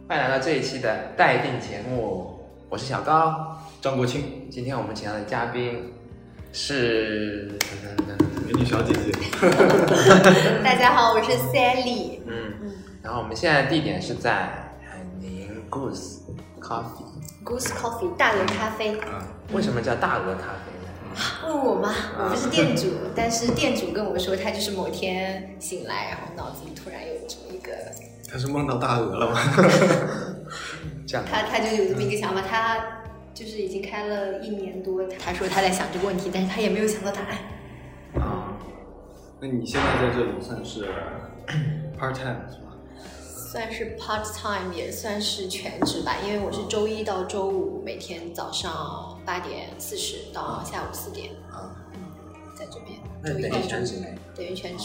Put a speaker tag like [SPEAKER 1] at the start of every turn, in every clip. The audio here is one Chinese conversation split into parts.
[SPEAKER 1] 欢迎来到这一期的待定节目，我是小高，
[SPEAKER 2] 张国庆。
[SPEAKER 1] 今天我们请到的嘉宾是
[SPEAKER 2] 美女小姐姐。
[SPEAKER 3] 大家好，我是 Sally。
[SPEAKER 1] 然后我们现在的地点是在海宁 Goose Coffee
[SPEAKER 3] 大鹅咖啡。
[SPEAKER 1] 为什么叫大鹅咖啡呢？
[SPEAKER 3] 问我吗？我不是店主，但是店主跟我说，他就是某天醒来，然后脑子里突然有这么一个。
[SPEAKER 2] 他是梦到大鹅了吗？
[SPEAKER 1] 这样
[SPEAKER 3] 他就有这么一个想法，他就是已经开了1年多，他说他在想这个问题，但是他也没有想到答案。
[SPEAKER 2] 那你现在在这里算是 part time 是吧？
[SPEAKER 3] 算是 part time， 也算是全职吧，因为我是周一到周五每天早上8点40到下午4点。在这边。
[SPEAKER 1] 那等于全职嘞？
[SPEAKER 3] 等于全职。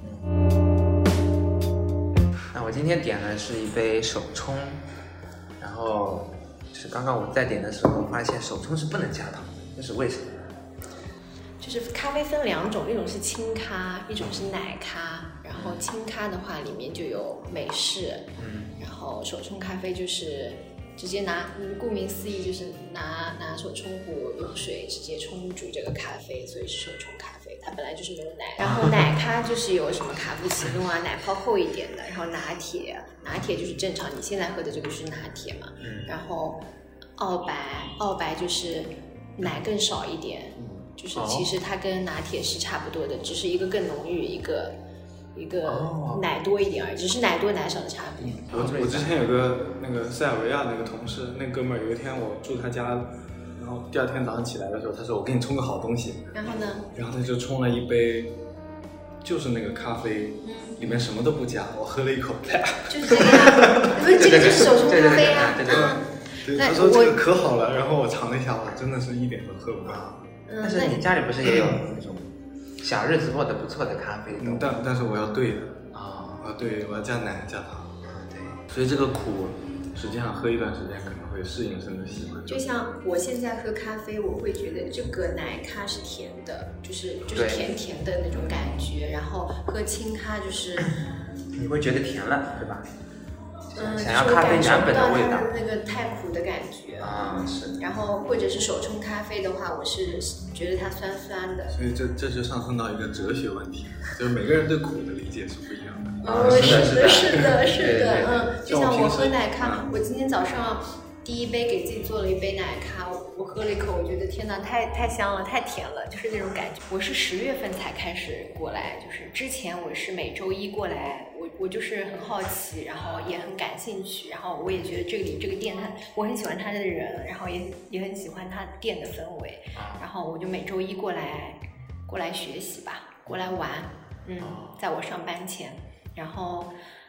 [SPEAKER 1] 那我今天点的是一杯手冲，然后就是刚刚我在点的时候发现手冲是不能加糖的，这是为什么？
[SPEAKER 3] 就是咖啡分2种，一种是轻咖，一种是奶咖。然后轻咖的话里面就有美式，然后手冲咖啡就是直接拿，顾名思义就是拿手冲壶用水直接冲煮这个咖啡，所以是手冲咖啡，它本来就是没有奶。然后奶咖就是有什么卡布奇诺啊，奶泡厚一点的，然后拿铁就是正常你现在喝的这个是拿铁嘛，然后澳白就是奶更少一点，就是其实它跟拿铁是差不多的，只是一个更浓郁，一个奶多一点而已，只是奶多奶少的差别。
[SPEAKER 2] 我之前有个那个塞尔维亚那个同事，那哥们儿有一天我住他家，然后第2天早上起来的时候，他说我给你冲个好东西。
[SPEAKER 3] 然后呢？然
[SPEAKER 2] 后他就冲了一杯，就是那个咖啡，里面什么都不加，我喝了一口，
[SPEAKER 3] 就是这个呀，不是这个就是手冲咖啡呀。
[SPEAKER 2] 对，他说这个可好了，然后我尝了一下，我真的是一点都喝不到。
[SPEAKER 1] 但是你家里不是也有那种小日子过得不错的咖啡豆？
[SPEAKER 2] 但是我要兑的我要加奶加糖。对，所以这个苦实际上喝一段时间可能会适应甚至习惯。
[SPEAKER 3] 就像我现在喝咖啡，我会觉得这个奶咖是甜的，就是甜甜的那种感觉，然后喝清咖就是
[SPEAKER 1] 你会觉得甜了，对吧？想要咖啡原本的味道，
[SPEAKER 3] 那个太苦的感觉
[SPEAKER 1] 是。
[SPEAKER 3] 然后或者是手冲咖啡的话，我是觉得它酸酸的。
[SPEAKER 2] 所以这就上升到一个哲学问题，就是每个人对苦的理解是不一样的。
[SPEAKER 3] 是的。就像我喝奶咖，我今天早上第1杯给自己做了一杯奶咖，我喝了一口，我觉得天哪，太香了，太甜了，就是那种感觉。我是10月份才开始过来，就是之前我是每周1过来，我就是很好奇，然后也很感兴趣，然后我也觉得这个店我很喜欢他的人，然后也很喜欢他店的氛围，然后我就每周1过来学习吧，过来玩，在我上班前，然后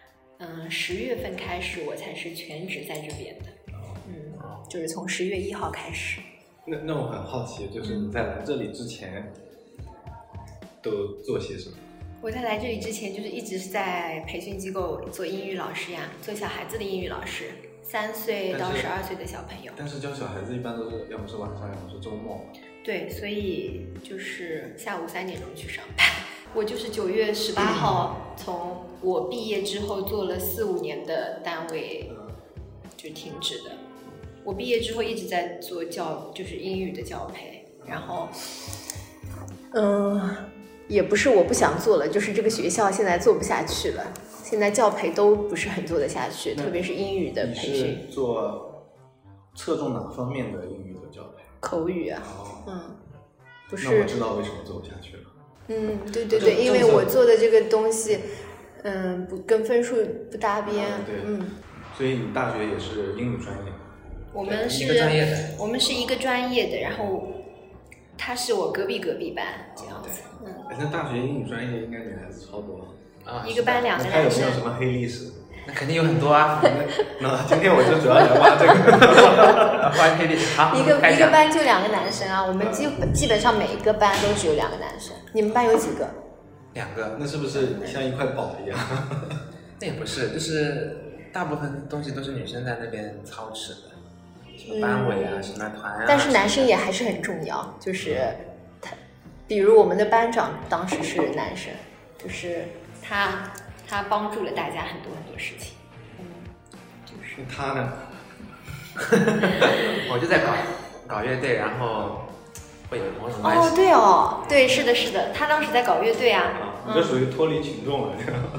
[SPEAKER 3] 10月份开始我才是全职在这边的。就是从10月1号开始。
[SPEAKER 2] 那我很好奇，就是你在来这里之前都做些什么？
[SPEAKER 3] 我在来这里之前就是一直是在培训机构做英语老师呀，做小孩子的英语老师，3岁到12岁的小朋友。
[SPEAKER 2] 但是教小孩子一般都是要么是晚上，要么是周末。
[SPEAKER 3] 对，所以就是下午3点钟去上班。我就是9月18号从我毕业之后做了4、5年的单位就停止的。我毕业之后一直在做就是英语的教培，然后也不是我不想做了，就是这个学校现在做不下去了，现在教培都不是很做得下去，特别是英语的培训。
[SPEAKER 2] 你是做侧重哪方面的英语的教培？
[SPEAKER 3] 口语啊。不是。
[SPEAKER 2] 那我知道为什么做不下去了。
[SPEAKER 3] 对，因为我做的这个东西不跟分数不搭边。
[SPEAKER 2] 所以你大学也是英语专业？
[SPEAKER 3] 我们是一个专业的，然后他是我隔壁班这样子。
[SPEAKER 2] 那大学英语专业应该女孩子超多
[SPEAKER 3] 一个班2个男生。
[SPEAKER 2] 他有没有什么黑历史？
[SPEAKER 1] 那肯定有很多啊。
[SPEAKER 2] 那今天我就主要想挖这个
[SPEAKER 1] 挖黑历史。
[SPEAKER 3] 一个班就2个男生啊，我们基本上每一个班都只有2个男生。你们班有几个
[SPEAKER 1] ？2个。
[SPEAKER 2] 那是不是像一块宝一样？
[SPEAKER 1] 那也不是，就是大部分东西都是女生在那边操持的。什么班委啊，什么团啊，
[SPEAKER 3] 但是男生也还是很重要，就是比如我们的班长当时是男生，就是他帮助了大家很多事情，就是
[SPEAKER 2] 他呢？
[SPEAKER 1] 我就在搞乐队，然后会有某种关系。
[SPEAKER 3] 哦，对哦，对，是的，是的，他当时在搞乐队啊。
[SPEAKER 2] 你这属于脱离群众了。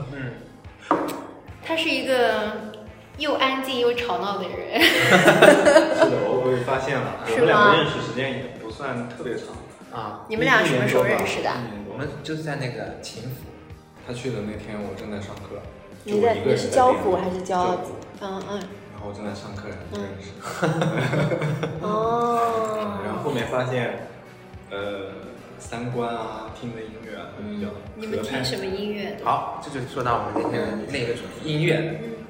[SPEAKER 3] 他是一个又安静又吵闹的人。
[SPEAKER 2] 是的，我也发现了，我们两个认识时间也不算特别长
[SPEAKER 1] 啊。
[SPEAKER 3] 你们俩什么时候认识的？
[SPEAKER 1] 我们就是在那个秦府。
[SPEAKER 2] 他去的那天，我正在上课。
[SPEAKER 3] 你是教辅还是教？
[SPEAKER 2] 然后我正在上课，认识。
[SPEAKER 3] 哦。
[SPEAKER 2] 然后后面发现，三观啊，听的音乐啊都比较。
[SPEAKER 3] 你们听什么音乐的？
[SPEAKER 1] 好，这就说到我们今天的那个主题，音乐。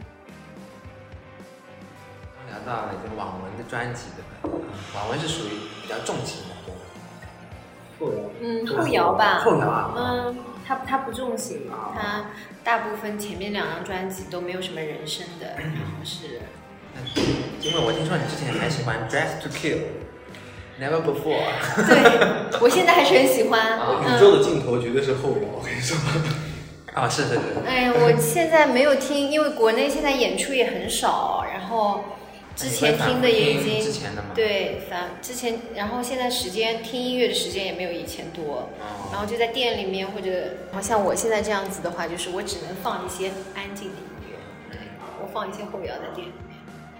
[SPEAKER 1] 聊到了一个网文的专辑，对吧？网文是属于比较重情的，对
[SPEAKER 2] 吧？
[SPEAKER 3] 后摇吧。
[SPEAKER 1] 后摇啊。
[SPEAKER 3] 他不重情，他大部分前面2张专辑都没有什么人声的，然后是。
[SPEAKER 1] 因为我听说你之前还喜欢 Dress to Kill。Never before。
[SPEAKER 3] 对，我现在还是很喜欢。
[SPEAKER 2] 宇宙的尽头绝对是后摇，我跟你说。
[SPEAKER 1] 啊，是。
[SPEAKER 3] 哎呀，我现在没有听，因为国内现在演出也很少，然后之前听的也已经
[SPEAKER 1] 之前的嘛。
[SPEAKER 3] 对，之前，然后现在听音乐的时间也没有以前多，然后就在店里面或者，然后像我现在这样子的话，就是我只能放一些安静的音乐，我放一些后摇在店里面。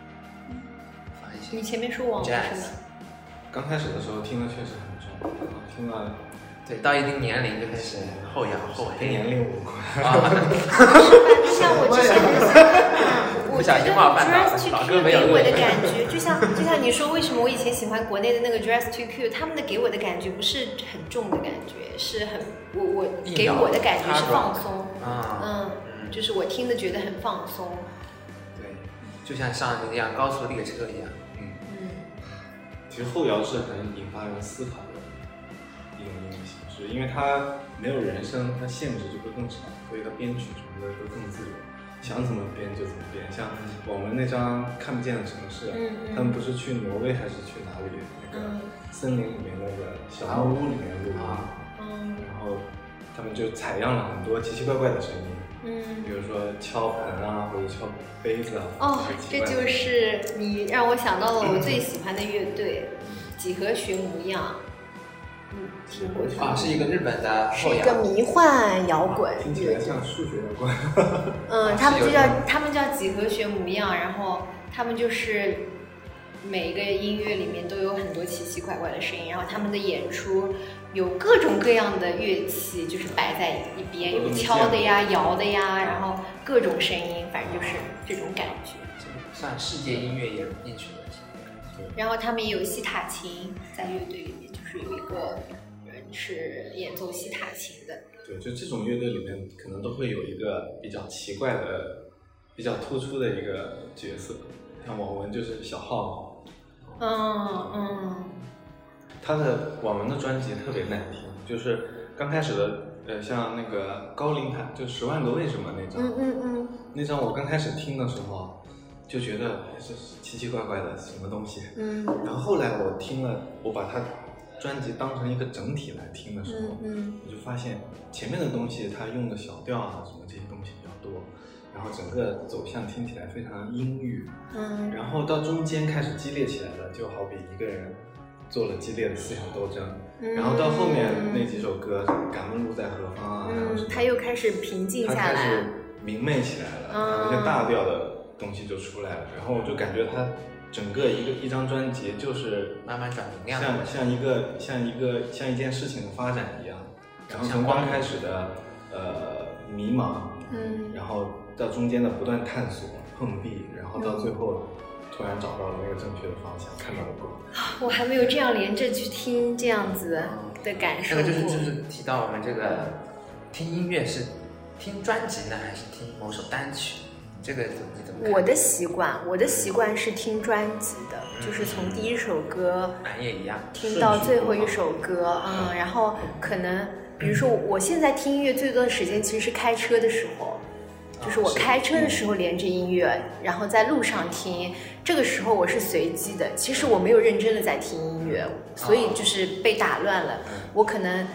[SPEAKER 3] 你前面说网文是吗？
[SPEAKER 2] 刚开始的时候听的确实很重，听了。
[SPEAKER 1] 对，到一定年龄就开始后摇后黑。
[SPEAKER 2] 年龄无关。
[SPEAKER 3] 就像我之前
[SPEAKER 1] 不小心冒犯到了，老哥没有
[SPEAKER 3] 给我的感觉，就像你说，为什么我以前喜欢国内的那个 Dress to Kill， 他们的给我的感觉不是很重的感觉，是很我给我的感觉是放松。就是我听的觉得很放松。
[SPEAKER 1] 对，就像上一辆高速列车一样。
[SPEAKER 2] 其实后摇是很引发人思考的一种音乐形式，因为它没有人声，它限制就会更少，所以它编曲什么的都更自由，想怎么编就怎么编。像我们那张看不见的城市，他们不是去挪威还是去哪里那个森林里面那个小木屋里面录音，然后他们就采样了很多奇奇怪怪的声音。比如说敲盆啊，或者敲杯子啊。
[SPEAKER 3] 这就是你让我想到了我最喜欢的乐队，几何学模样。听过
[SPEAKER 1] 啊，是一个日本的后摇，
[SPEAKER 3] 是一个迷幻摇滚。
[SPEAKER 2] 听起来像数学摇滚。
[SPEAKER 3] 他们叫几何学模样，然后他们就是每一个音乐里面都有很多奇奇怪怪的声音，然后他们的演出有各种各样的乐器，就是摆在一边，有敲的呀、摇的呀，然后各种声音，反正就是这种感觉。
[SPEAKER 1] 算世界音乐也融进去了。
[SPEAKER 3] 然后他们也有西塔琴，在乐队里面就是有一个人是演奏西塔琴的。
[SPEAKER 2] 对，就这种乐队里面可能都会有一个比较奇怪的、比较突出的一个角色，像网文就是小号嘛。他的网文的专辑特别耐听，就是刚开始的像那个高林海就10万个为什么那张，那张我刚开始听的时候就觉得是奇奇怪怪的什么东西，然后后来我把他专辑当成一个整体来听的时候，我就发现前面的东西他用的小调啊什么这些东西比较多，然后整个走向听起来非常阴郁，然后到中间开始激烈起来了，就好比一个人做了激烈的思想斗争，然后到后面那几首歌，敢问路在何方啊，
[SPEAKER 3] 他又开始平静下来，
[SPEAKER 2] 他开始明媚起来了，然后一些大调的东西就出来了，然后我就感觉他整个一张专辑就是
[SPEAKER 1] 慢慢转明亮，
[SPEAKER 2] 像一件事情的发展一样，然后从刚开始的迷茫，然后到中间的不断探索碰壁，然后到最后突然找到了那个正确的方向，看到了光。
[SPEAKER 3] 我还没有这样连着去听这样子的感受过。
[SPEAKER 1] 那个就是提到我们这个听音乐是听专辑呢，还是听某首单曲？这个你怎么看？
[SPEAKER 3] 我的习惯是听专辑的，就是从第一首歌
[SPEAKER 1] 俺也一样
[SPEAKER 3] 听到最后一首歌，然后可能比如说我现在听音乐最多的时间其实是开车的时候，就是我开车的时候连着音乐，然后在路上听，这个时候我是随机的，其实我没有认真的在听音乐，所以就是被打乱了。我可能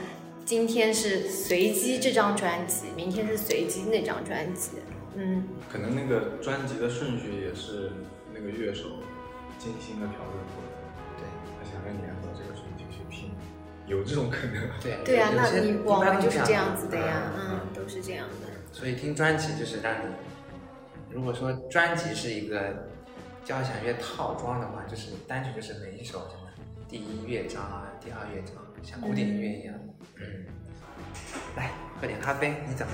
[SPEAKER 3] 今天是随机这张专辑，明天是随机那张专辑。
[SPEAKER 2] 可能那个专辑的顺序也是那个乐手精心的调整过的。
[SPEAKER 1] 对，
[SPEAKER 2] 他想让你按照这个顺序去拼，有这种可能。
[SPEAKER 3] 对啊，那你往往就是这样子的呀，都是这样的。
[SPEAKER 1] 所以听专辑就是让你，如果说专辑是一个交响乐套装的话，就是单曲就是每一首什么第一乐章啊，第二乐章，像古典音乐一样。来喝点咖啡，你走。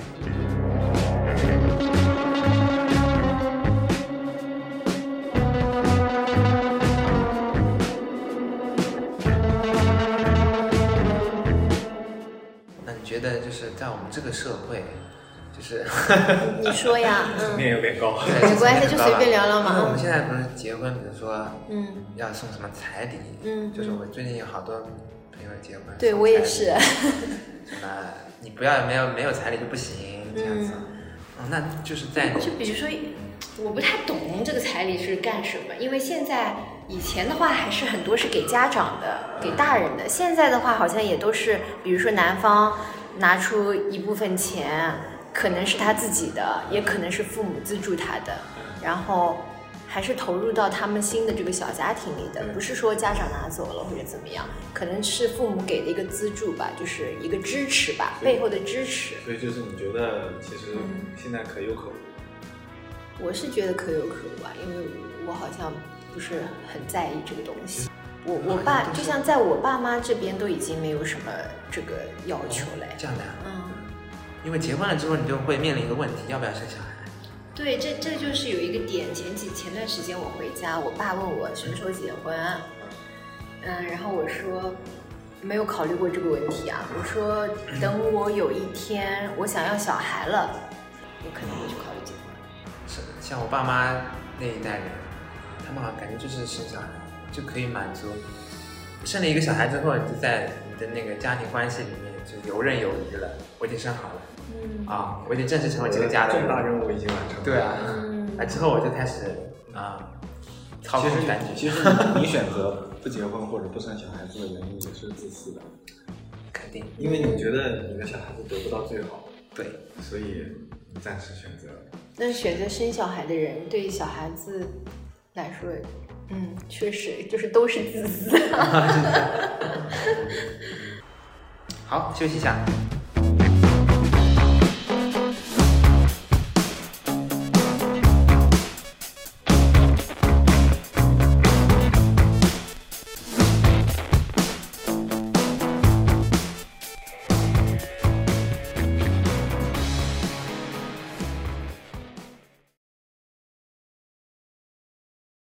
[SPEAKER 1] 那你觉得就是在我们这个社会，就是
[SPEAKER 3] 你说呀，
[SPEAKER 2] 层面有点高，
[SPEAKER 3] 没关系，就随便聊聊嘛。
[SPEAKER 1] 我们现在不是结婚，比如说，要送什么彩礼，就是我最近有好多朋友结婚，
[SPEAKER 3] 对我也是，
[SPEAKER 1] 什么你不要没有彩礼就不行，这样子，那就是在
[SPEAKER 3] 就比如说，我不太懂这个彩礼是干什么，因为现在以前的话还是很多是给家长的，给大人的，现在的话好像也都是，比如说男方拿出一部分钱。可能是他自己的，也可能是父母资助他的，然后还是投入到他们新的这个小家庭里的，不是说家长拿走了或者怎么样，可能是父母给的一个资助吧，就是一个支持吧，背后的支持。
[SPEAKER 2] 所以就是你觉得其实现在可有可无？
[SPEAKER 3] 我是觉得可有可无啊，因为我好像不是很在意这个东西。我爸就像在我爸妈这边都已经没有什么这个要求了。
[SPEAKER 1] 这样的呀？因为结婚了之后，你就会面临一个问题，要不要生小孩？
[SPEAKER 3] 对，这就是有一个点。前段时间我回家，我爸问我什么时候结婚，然后我说没有考虑过这个问题啊。我说等我有一天我想要小孩了，我可能会去考虑结婚。
[SPEAKER 1] 是，像我爸妈那一代人，他们好像感觉就是生小孩就可以满足，生了一个小孩之后，你就在你的那个家庭关系里面就游刃有余了。我已经生好了，我已经正式成为这个家的人，
[SPEAKER 2] 重大任务已经完成了。
[SPEAKER 1] 对啊，之后我就开始操控全局。
[SPEAKER 2] 其实你选择不结婚或者不生小孩子的原因也是自私的，
[SPEAKER 1] 肯定，
[SPEAKER 2] 因为你觉得你的小孩子得不到最好，
[SPEAKER 1] 对，
[SPEAKER 2] 所以你暂时选择。
[SPEAKER 3] 但选择生小孩的人对于小孩子来说，确实就是都是自私的。
[SPEAKER 1] 好，休息一下。